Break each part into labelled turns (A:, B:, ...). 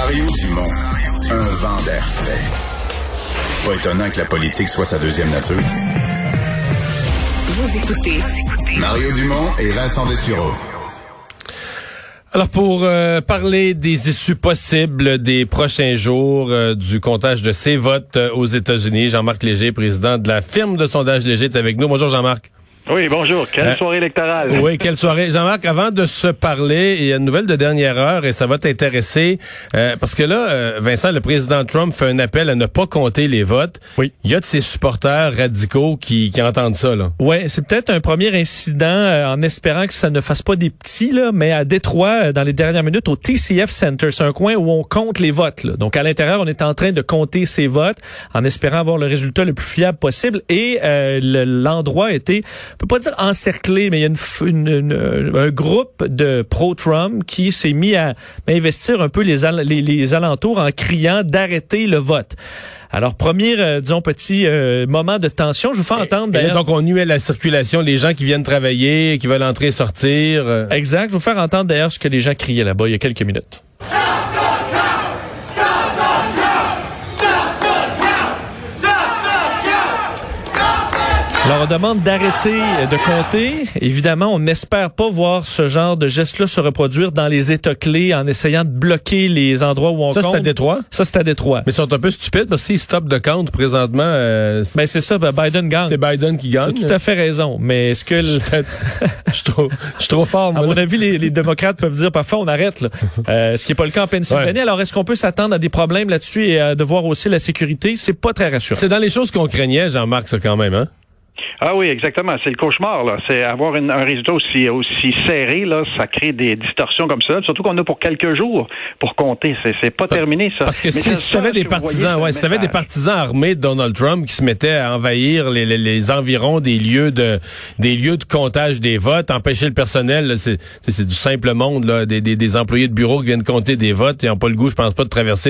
A: Mario Dumont, un vent d'air frais. Pas étonnant que la politique soit sa deuxième nature.
B: Vous écoutez
A: Mario Dumont et Vincent Dessureau.
C: Alors, pour parler des issues possibles des prochains jours du comptage de ces votes aux États-Unis, Jean-Marc Léger, président de la firme de sondage Léger, est avec nous. Bonjour, Jean-Marc.
D: Oui, bonjour. Quelle soirée électorale.
C: Oui, quelle soirée. Jean-Marc, avant de se parler, il y a une nouvelle de dernière heure et ça va t'intéresser parce que là, Vincent, le président Trump fait un appel à ne pas compter les votes.
E: Oui.
C: Il y a de ses supporters radicaux qui entendent ça, là.
E: Ouais, c'est peut-être un premier incident en espérant que ça ne fasse pas des petits, là, mais à Détroit, dans les dernières minutes, au TCF Center, c'est un coin où on compte les votes, là. Donc, à l'intérieur, on est en train de compter ces votes en espérant avoir le résultat le plus fiable possible et l'endroit était... on peut pas dire encerclé, mais il y a un groupe de pro-Trump qui s'est mis à investir un peu les alentours en criant d'arrêter le vote. Alors, premier, petit moment de tension. Je vous fais entendre d'ailleurs...
C: Donc, on nuit à la circulation, les gens qui viennent travailler, qui veulent entrer et sortir.
E: Exact. Je vais vous faire entendre d'ailleurs ce que les gens criaient là-bas il y a quelques minutes. Alors, on demande d'arrêter de compter. Évidemment, on n'espère pas voir ce genre de geste-là se reproduire dans les États clés en essayant de bloquer les endroits où on compte.
C: Ça, c'est à Détroit?
E: Ça, c'est à Détroit.
C: Mais ils sont un peu stupides parce qu'ils stoppent de compte présentement.
E: Ben, c'est ça, Biden gagne.
C: C'est Biden qui gagne.
E: Tu as tout à fait raison. Mais est-ce que...
C: Je suis trop fort, moi.
E: À mon avis, les démocrates peuvent dire parfois on arrête, là. Ce qui n'est pas le cas en Pennsylvanie. Ouais. Alors, est-ce qu'on peut s'attendre à des problèmes là-dessus et à devoir aussi la sécurité? C'est pas très rassurant.
C: C'est dans les choses qu'on craignait, Jean-Marc, ça, quand même, hein?
D: Ah oui, exactement. C'est le cauchemar, là. C'est avoir un résultat aussi serré, là, ça crée des distorsions comme ça. Surtout qu'on a pour quelques jours pour compter. C'est pas terminé, ça.
C: Parce que si t'avais des partisans, si t'avais des partisans armés de Donald Trump qui se mettaient à envahir les environs des lieux de comptage des votes, empêcher le personnel, là, c'est du simple monde, là, des employés de bureau qui viennent compter des votes et n'ont pas le goût, je pense pas, de traverser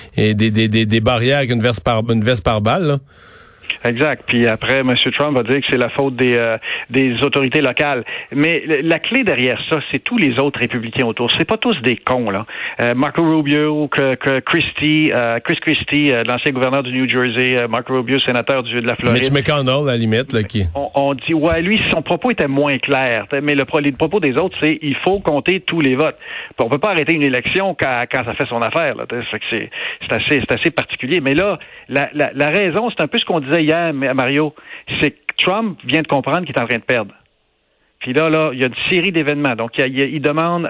C: des barrières avec une veste par balle, là.
D: Exact. Puis après, M. Trump va dire que c'est la faute des autorités locales. Mais la clé derrière ça, c'est tous les autres républicains autour. C'est pas tous des cons, là. Marco Rubio, Chris Christie, l'ancien gouverneur du New Jersey, Marco Rubio, sénateur de la Floride.
C: Mitch McConnell, à la limite, là, qui...
D: On dit, ouais, lui, son propos était moins clair. Mais le propos des autres, c'est il faut compter tous les votes. Puis on peut pas arrêter une élection quand ça fait son affaire, là. C'est assez particulier. Mais là, la raison, c'est un peu ce qu'on disait hier, Mario, c'est que Trump vient de comprendre qu'il est en train de perdre. Puis là, il y a une série d'événements. Donc, il demande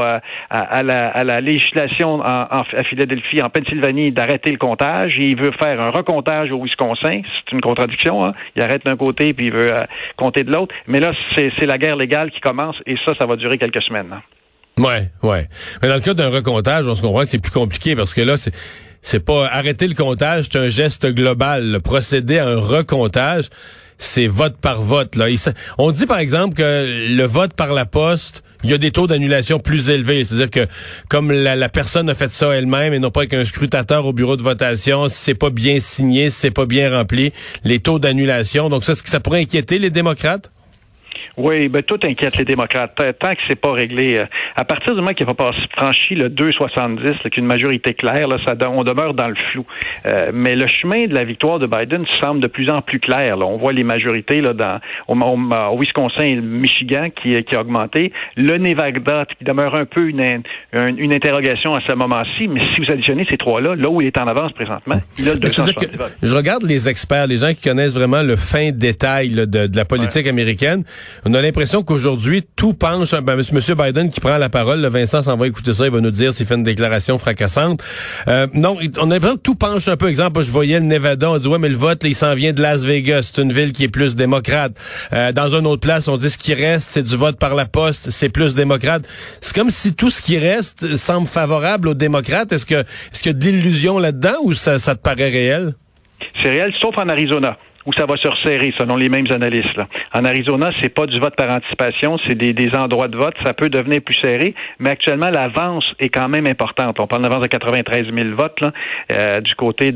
D: à la législation à Philadelphie, en Pennsylvanie, d'arrêter le comptage. Et il veut faire un recomptage au Wisconsin. C'est une contradiction, hein. Il arrête d'un côté, puis il veut compter de l'autre. Mais là, c'est la guerre légale qui commence, et ça va durer quelques semaines, hein.
C: Ouais. Mais dans le cas d'un recomptage, on se comprend que c'est plus compliqué, parce que là, c'est pas arrêter le comptage, c'est un geste global. Procéder à un recomptage, c'est vote par vote, là. On dit, par exemple, que le vote par la poste, il y a des taux d'annulation plus élevés. C'est-à-dire que, comme la personne a fait ça elle-même et non pas avec un scrutateur au bureau de votation, si c'est pas bien signé, si c'est pas bien rempli, les taux d'annulation. Donc ça pourrait inquiéter les démocrates?
D: Oui, tout inquiète les démocrates. Tant que c'est pas réglé, à partir du moment qu'il n'a pas franchi le 2,70, qu'une majorité claire, là, on demeure dans le flou. Mais le chemin de la victoire de Biden semble de plus en plus clair. Là. On voit les majorités là, au Wisconsin et le Michigan qui a augmenté. Le Nevada qui demeure un peu une interrogation à ce moment-ci. Mais si vous additionnez ces trois-là, là où il est en avance présentement, il a le 270 votes.
C: Je regarde les experts, les gens qui connaissent vraiment le fin détail là, de la politique américaine. On a l'impression qu'aujourd'hui, tout penche... M. Biden qui prend la parole, le Vincent s'en va écouter ça, il va nous dire s'il fait une déclaration fracassante. Non, on a l'impression que tout penche un peu. Exemple, je voyais le Nevada, on dit, ouais, mais le vote, là, il s'en vient de Las Vegas. C'est une ville qui est plus démocrate. Dans une autre place, on dit ce qui reste, c'est du vote par la poste, c'est plus démocrate. C'est comme si tout ce qui reste semble favorable aux démocrates. Est-ce qu'il y a de l'illusion là-dedans ou ça te paraît réel?
D: C'est réel, sauf en Arizona. où ça va se resserrer, selon les mêmes analystes. Là. En Arizona, c'est pas du vote par anticipation, c'est des endroits de vote. Ça peut devenir plus serré, mais actuellement, l'avance est quand même importante. On parle d'avance de 93 000 votes là, du côté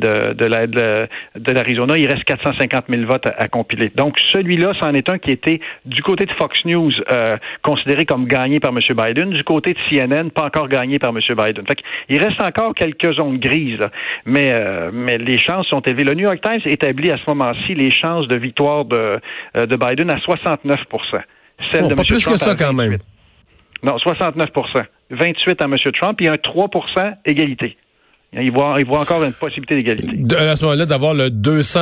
D: de l'Arizona. Il reste 450 000 votes à compiler. Donc, celui-là, c'en est un qui était, du côté de Fox News, considéré comme gagné par M. Biden. Du côté de CNN, pas encore gagné par M. Biden. Fait qu'il reste encore quelques zones grises, là. Mais les chances sont élevées. Le New York Times établit à ce moment-ci les chances de victoire de Biden à 69 Celle de
C: pas
D: M.
C: plus
D: Trump
C: que ça, quand même.
D: Non, 69 28 à M. Trump, et un 3 égalité. Il voit encore une possibilité d'égalité.
C: À ce moment-là, d'avoir le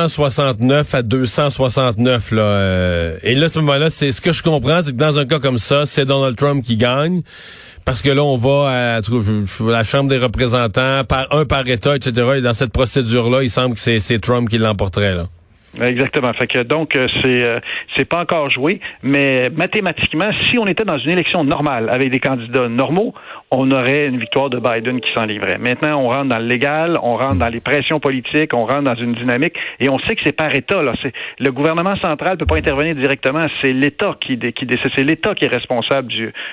C: 269 à 269, là. Et là, à ce moment-là, c'est ce que je comprends, c'est que dans un cas comme ça, c'est Donald Trump qui gagne. Parce que là, on va à la Chambre des représentants, par État, etc. Et dans cette procédure-là, il semble que c'est Trump qui l'emporterait, là.
D: Exactement. Fait que donc c'est pas encore joué, mais mathématiquement, si on était dans une élection normale avec des candidats normaux, on aurait une victoire de Biden qui s'en livrait. Maintenant, on rentre dans le légal, on rentre dans les pressions politiques, on rentre dans une dynamique, et on sait que c'est par État. Là, le gouvernement central peut pas intervenir directement. C'est l'État qui décide. C'est l'État qui est responsable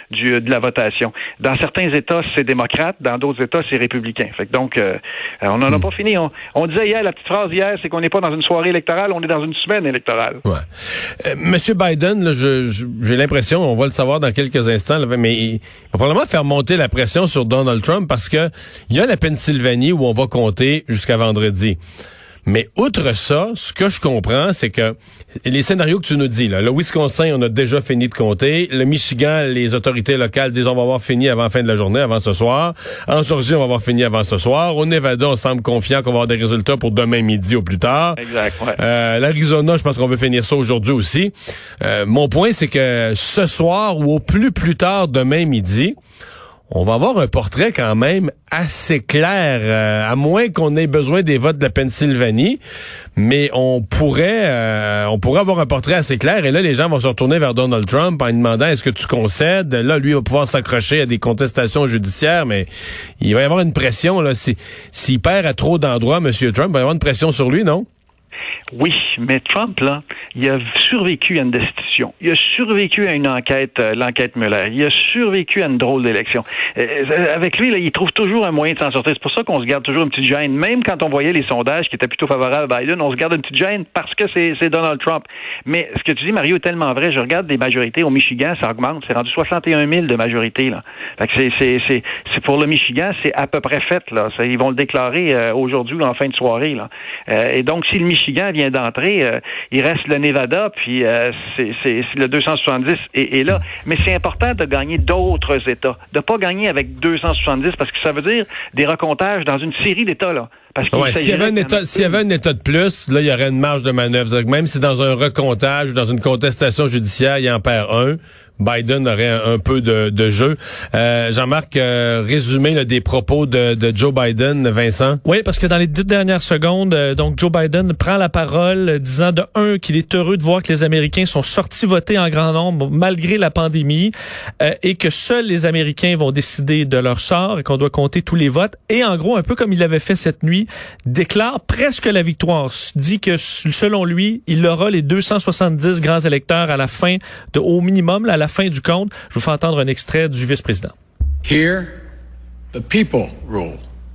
D: de la votation. Dans certains États, c'est démocrate. Dans d'autres États, c'est républicain. Fait que donc, on n'en a pas fini. On disait hier, la petite phrase hier, c'est qu'on n'est pas dans une soirée électorale. On est dans une semaine électorale.
C: Ouais. Monsieur Biden, là, j'ai l'impression, on va le savoir dans quelques instants, là, mais il va probablement faire monter la pression sur Donald Trump parce que il y a la Pennsylvanie où on va compter jusqu'à vendredi. Mais outre ça, ce que je comprends, c'est que les scénarios que tu nous dis, là, le Wisconsin, on a déjà fini de compter. Le Michigan, les autorités locales disent on va avoir fini avant la fin de la journée, avant ce soir. En Georgie, on va avoir fini avant ce soir. Au Nevada, on semble confiant qu'on va avoir des résultats pour demain midi au plus tard.
D: Exact, ouais.
C: L'Arizona, je pense qu'on veut finir ça aujourd'hui aussi. Mon point, c'est que ce soir ou au plus tard demain midi, on va avoir un portrait quand même assez clair, à moins qu'on ait besoin des votes de la Pennsylvanie, mais on pourrait avoir un portrait assez clair, et là, les gens vont se retourner vers Donald Trump en lui demandant est-ce que tu concèdes? Là, lui va pouvoir s'accrocher à des contestations judiciaires, mais il va y avoir une pression, là. S'il perd à trop d'endroits, M. Trump, il va y avoir une pression sur lui, non?
D: Oui, mais Trump, là, il a survécu à une destitution. Il a survécu à une enquête, l'enquête Mueller. Il a survécu à une drôle d'élection. Avec lui, là, il trouve toujours un moyen de s'en sortir. C'est pour ça qu'on se garde toujours une petite gêne. Même quand on voyait les sondages qui étaient plutôt favorables à Biden, on se garde une petite gêne parce que c'est Donald Trump. Mais ce que tu dis, Mario, est tellement vrai. Je regarde des majorités. Au Michigan, ça augmente. C'est rendu 61 000 de majorité, là. Fait que c'est pour le Michigan, c'est à peu près fait, là. Ils vont le déclarer aujourd'hui ou en fin de soirée, là. Et donc, si le Michigan vient d'entrer, il reste le Nevada, puis c'est le 270 est là. Mais c'est important de gagner d'autres États, de pas gagner avec 270, parce que ça veut dire des recomptages dans une série d'États, là.
C: S'il y avait un État de plus, là, il y aurait une marge de manœuvre. Même si dans un recomptage ou dans une contestation judiciaire, il en perd un, Biden aurait un peu de jeu. Jean-Marc, résumé là, des propos de Joe Biden, Vincent.
E: Oui, parce que dans les 10 dernières secondes, donc Joe Biden prend la parole disant de un qu'il est heureux de voir que les Américains sont sortis voter en grand nombre malgré la pandémie et que seuls les Américains vont décider de leur sort et qu'on doit compter tous les votes. Et en gros, un peu comme il l'avait fait cette nuit, déclare presque la victoire. Dit que selon lui, il aura les 270 grands électeurs à la fin, au minimum, là, à la fin du compte. Je vous fais entendre un extrait du vice-président.
B: Here, the people rule.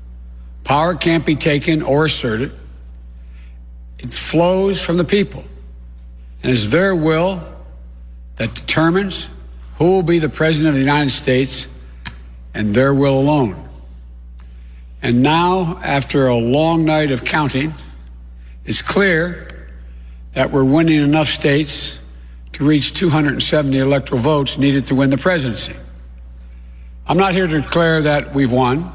B: Power can't be taken or asserted. It flows from the people. And it's their will that determines who will be the president of the United States, and their will alone. And now, after a long night of counting, it's clear that we're winning enough states to reach 270 electoral votes needed to win the presidency. I'm not here to declare that we've won,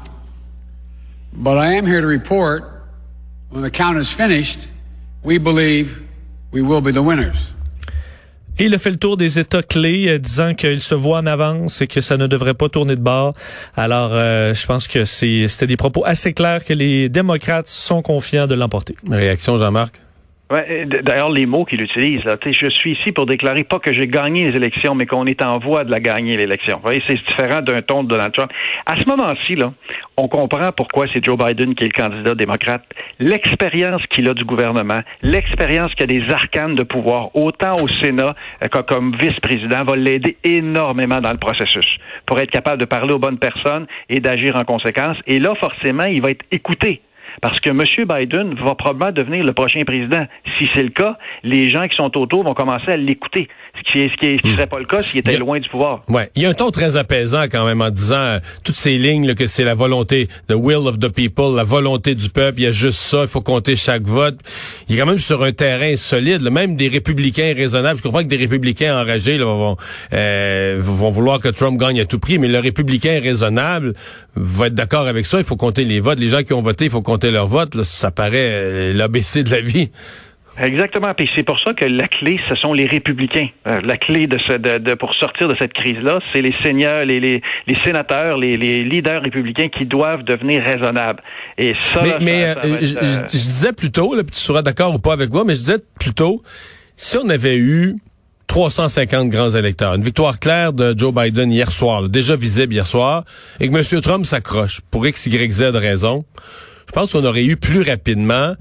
B: but I am here to report when the count is finished, we believe we will be the winners.
E: Et il a fait le tour des États clés, disant qu'il se voit en avance et que ça ne devrait pas tourner de bord. Alors, je pense que c'était des propos assez clairs que les démocrates sont confiants de l'emporter.
C: Réaction, Jean-Marc?
D: Ouais, d'ailleurs, les mots qu'il utilise, là, je suis ici pour déclarer pas que j'ai gagné les élections, mais qu'on est en voie de la gagner, l'élection. Vous voyez, c'est différent d'un ton de Donald Trump. À ce moment-ci, là, on comprend pourquoi c'est Joe Biden qui est le candidat démocrate. L'expérience qu'il a du gouvernement, l'expérience qu'il a des arcanes de pouvoir, autant au Sénat comme vice-président, va l'aider énormément dans le processus pour être capable de parler aux bonnes personnes et d'agir en conséquence. Et là, forcément, il va être écouté. Parce que M. Biden va probablement devenir le prochain président. Si c'est le cas, les gens qui sont autour vont commencer à l'écouter. Ce qui serait pas le cas s'il était loin du pouvoir.
C: Ouais. Il y a un ton très apaisant quand même en disant toutes ces lignes là, que c'est la volonté, the will of the people, la volonté du peuple. Il y a juste ça. Il faut compter chaque vote. Il est quand même sur un terrain solide. Là, même des républicains raisonnables. Je comprends que des républicains enragés là, vont vouloir que Trump gagne à tout prix, mais le républicain raisonnable va être d'accord avec ça. Il faut compter les votes. Les gens qui ont voté, il faut compter leurs votes. Là, ça paraît l'ABC de la vie.
D: Exactement. Puis c'est pour ça que la clé, ce sont les républicains. La clé pour sortir de cette crise-là, c'est les seigneurs, les sénateurs, les leaders républicains qui doivent devenir raisonnables. Et ça,
C: je disais plus tôt, là, puis tu seras d'accord ou pas avec moi, mais je disais plus tôt, si on avait eu 350 grands électeurs, une victoire claire de Joe Biden hier soir, là, déjà visible hier soir, et que M. Trump s'accroche pour X, Y, Z raison, je pense qu'on aurait eu plus rapidement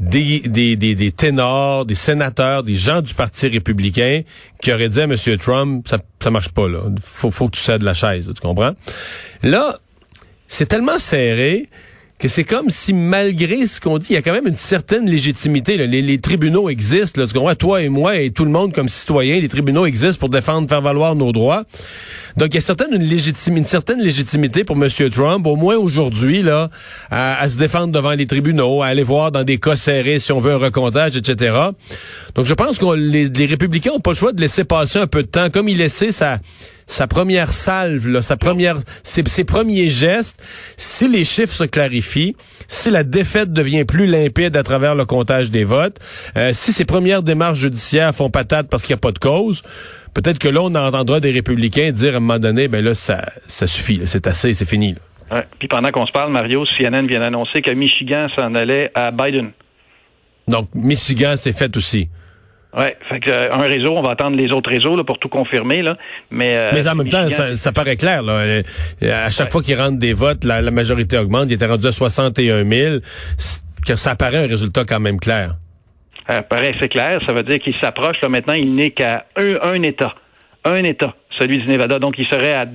C: des ténors, des sénateurs, des gens du Parti républicain qui auraient dit à M. Trump, ça marche pas, là. Faut que tu cèdes la chaise, tu comprends? Là, c'est tellement serré que c'est comme si, malgré ce qu'on dit, il y a quand même une certaine légitimité. Là. Les tribunaux existent, là, tu comprends? Toi et moi et tout le monde comme citoyens, les tribunaux existent pour faire valoir nos droits. Donc, il y a une certaine légitimité pour M. Trump, au moins aujourd'hui, là, à se défendre devant les tribunaux, à aller voir dans des cas serrés si on veut un recomptage, etc. Donc, je pense que les républicains n'ont pas le choix de laisser passer un peu de temps, comme il laissait sa première salve, là, ses premiers gestes. Si les chiffres se clarifient, si la défaite devient plus limpide à travers le comptage des votes, si ses premières démarches judiciaires font patate parce qu'il n'y a pas de cause, peut-être que là, on entendra des républicains dire à un moment donné, ben là, ça suffit, là, c'est assez, c'est fini. Là.
D: Ouais. Puis pendant qu'on se parle, Mario, CNN vient d'annoncer que Michigan s'en allait à Biden.
C: Donc, Michigan, c'est fait aussi.
D: Ouais, fait que un réseau, on va attendre les autres réseaux là pour tout confirmer là, mais
C: en même temps, ça paraît clair là. À chaque fois qu'il rentre des votes, la majorité augmente. Il était rendu à 61 000. Que ça paraît un résultat quand même clair.
D: Paraît c'est clair. Ça veut dire qu'il s'approche là maintenant. Il n'est qu'à un État, celui du Nevada. Donc, il serait à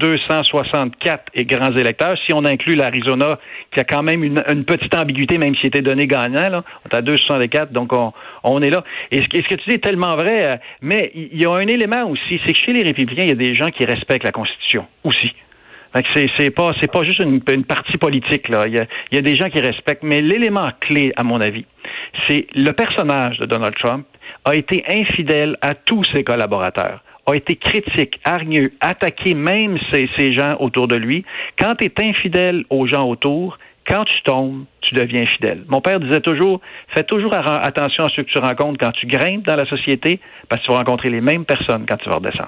D: 264 grands électeurs. Si on inclut l'Arizona, qui a quand même une petite ambiguïté, même s'il était donné gagnant, là, on est à 264, donc on est là. Et ce que tu dis est tellement vrai, mais il y a un élément aussi, c'est que chez les républicains, il y a des gens qui respectent la Constitution aussi. Fait que c'est pas juste une partie politique, là. Il y a des gens qui respectent, mais l'élément clé, à mon avis, c'est le personnage de Donald Trump a été infidèle à tous ses collaborateurs, a été critique, hargneux, attaqué même ces gens autour de lui. Quand tu es infidèle aux gens autour, quand tu tombes, tu deviens fidèle. Mon père disait toujours, fais toujours attention à ceux que tu rencontres quand tu grimpes dans la société, parce que tu vas rencontrer les mêmes personnes quand tu vas redescendre.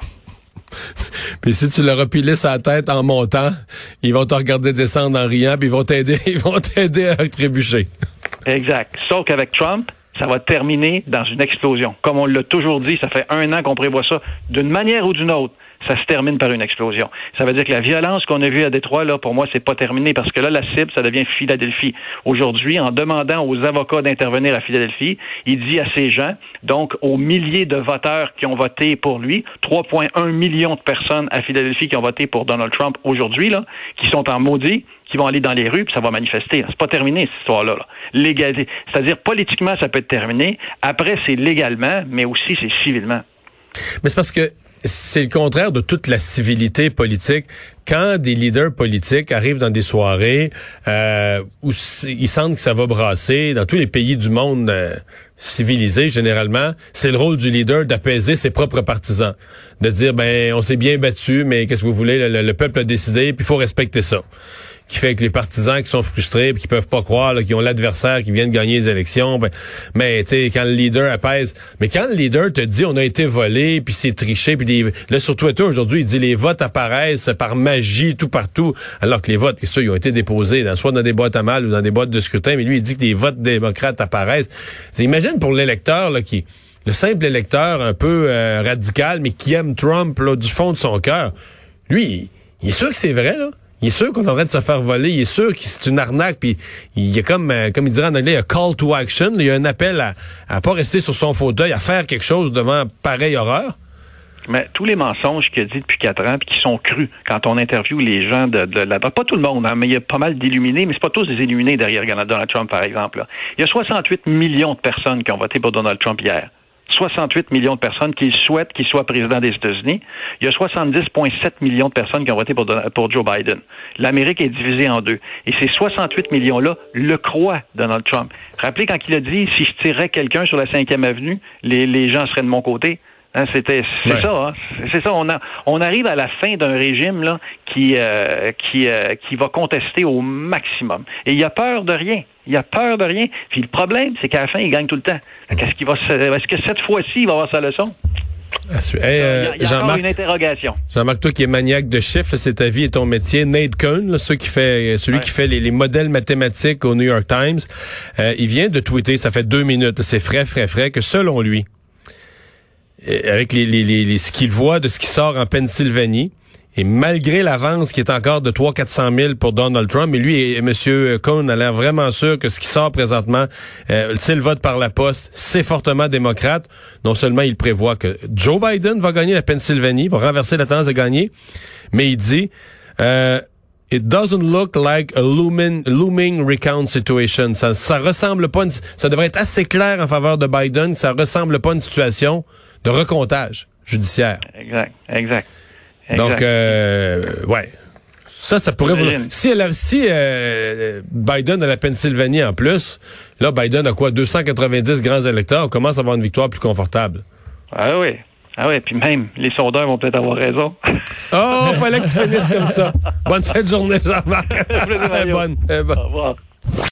C: Puis si tu leur as pilé sa tête en montant, ils vont te regarder descendre en riant, puis ils vont t'aider à trébucher.
D: Exact. Sauf qu'avec Trump, ça va terminer dans une explosion. Comme on l'a toujours dit, ça fait 1 an qu'on prévoit ça. D'une manière ou d'une autre, ça se termine par une explosion. Ça veut dire que la violence qu'on a vue à Détroit, là, pour moi, c'est pas terminé, parce que là, la cible, ça devient Philadelphie. Aujourd'hui, en demandant aux avocats d'intervenir à Philadelphie, il dit à ces gens, donc aux milliers de voteurs qui ont voté pour lui, 3,1 millions de personnes à Philadelphie qui ont voté pour Donald Trump aujourd'hui, là, qui sont en maudit, qui vont aller dans les rues, puis ça va manifester. C'est pas terminé, cette histoire-là. Là. Légalité. C'est-à-dire, politiquement, ça peut être terminé. Après, c'est légalement, mais aussi, c'est civilement.
C: Mais c'est parce que c'est le contraire de toute la civilité politique. Quand des leaders politiques arrivent dans des soirées où ils sentent que ça va brasser, dans tous les pays du monde civilisés, généralement, c'est le rôle du leader d'apaiser ses propres partisans. De dire, ben, on s'est bien battu, mais qu'est-ce que vous voulez, le peuple a décidé, puis il faut respecter ça. qui fait que les partisans qui sont frustrés, puis qui peuvent pas croire là, qu'ils ont l'adversaire qui vient de gagner les élections. Mais tu sais, quand le leader apaise, mais quand le leader te dit on a été volé, puis c'est triché, puis là sur Twitter aujourd'hui, il dit les votes apparaissent par magie tout partout, alors que les votes, c'est sûr, ils ont été déposés soit dans des boîtes à mal ou dans des boîtes de scrutin, mais lui il dit que les votes démocrates apparaissent. Imagine pour l'électeur là le simple électeur un peu radical, mais qui aime Trump là, du fond de son cœur. Lui, il est sûr que c'est vrai, là. Il est sûr qu'on est en train de se faire voler. Il est sûr que c'est une arnaque. Puis il y a comme il dirait en anglais, un call to action. Il y a un appel à pas rester sur son fauteuil, à faire quelque chose devant pareille horreur.
D: Mais tous les mensonges qu'il a dit depuis 4 ans, puis qui sont crus quand on interviewe les gens de la droite, pas tout le monde, hein, mais il y a pas mal d'illuminés, mais c'est pas tous des illuminés derrière Donald Trump, par exemple. Là. Il y a 68 millions de personnes qui ont voté pour Donald Trump hier. 68 millions de personnes qui souhaitent qu'il soit président des États-Unis. Il y a 70,7 millions de personnes qui ont voté pour Joe Biden. L'Amérique est divisée en deux. Et ces 68 millions-là le croient, Donald Trump. Rappelez quand il a dit « si je tirais quelqu'un sur la 5e avenue, les gens seraient de mon côté ». Hein, c'est ça, hein. C'est ça. On arrive à la fin d'un régime là qui va contester au maximum. Et il a peur de rien. Il a peur de rien. Puis le problème, c'est qu'à la fin, il gagne tout le temps. Est-ce que cette fois-ci, il va avoir sa leçon? Il y a encore une interrogation.
C: Jean-Marc, toi qui es maniaque de chiffres, c'est ta vie et ton métier. Nate Cohn, là, celui qui fait les modèles mathématiques au New York Times, il vient de tweeter, ça fait 2 minutes, c'est frais, que selon lui, avec ce qu'il voit de ce qui sort en Pennsylvanie, et malgré l'avance qui est encore de 300-400 000 pour Donald Trump, mais lui et M. Cohn a l'air vraiment sûr que ce qui sort présentement, le vote par la poste, c'est fortement démocrate. Non seulement il prévoit que Joe Biden va gagner la Pennsylvanie, va renverser la tendance de gagner, mais il dit It doesn't look like a looming recount situation. Ça ressemble pas, ça devrait être assez clair en faveur de Biden, ça ressemble pas à une situation de recomptage judiciaire.
D: Exact.
C: Donc, ouais. Ça pourrait Si Biden a la Pennsylvanie en plus, là, Biden a quoi? 290 grands électeurs. On commence à avoir une victoire plus confortable.
D: Ah oui, puis même, les sondeurs vont peut-être avoir raison.
C: Oh, fallait que tu finisses comme ça. Bonne fin de journée, Jean-Marc.
D: Bonne.
C: Au revoir.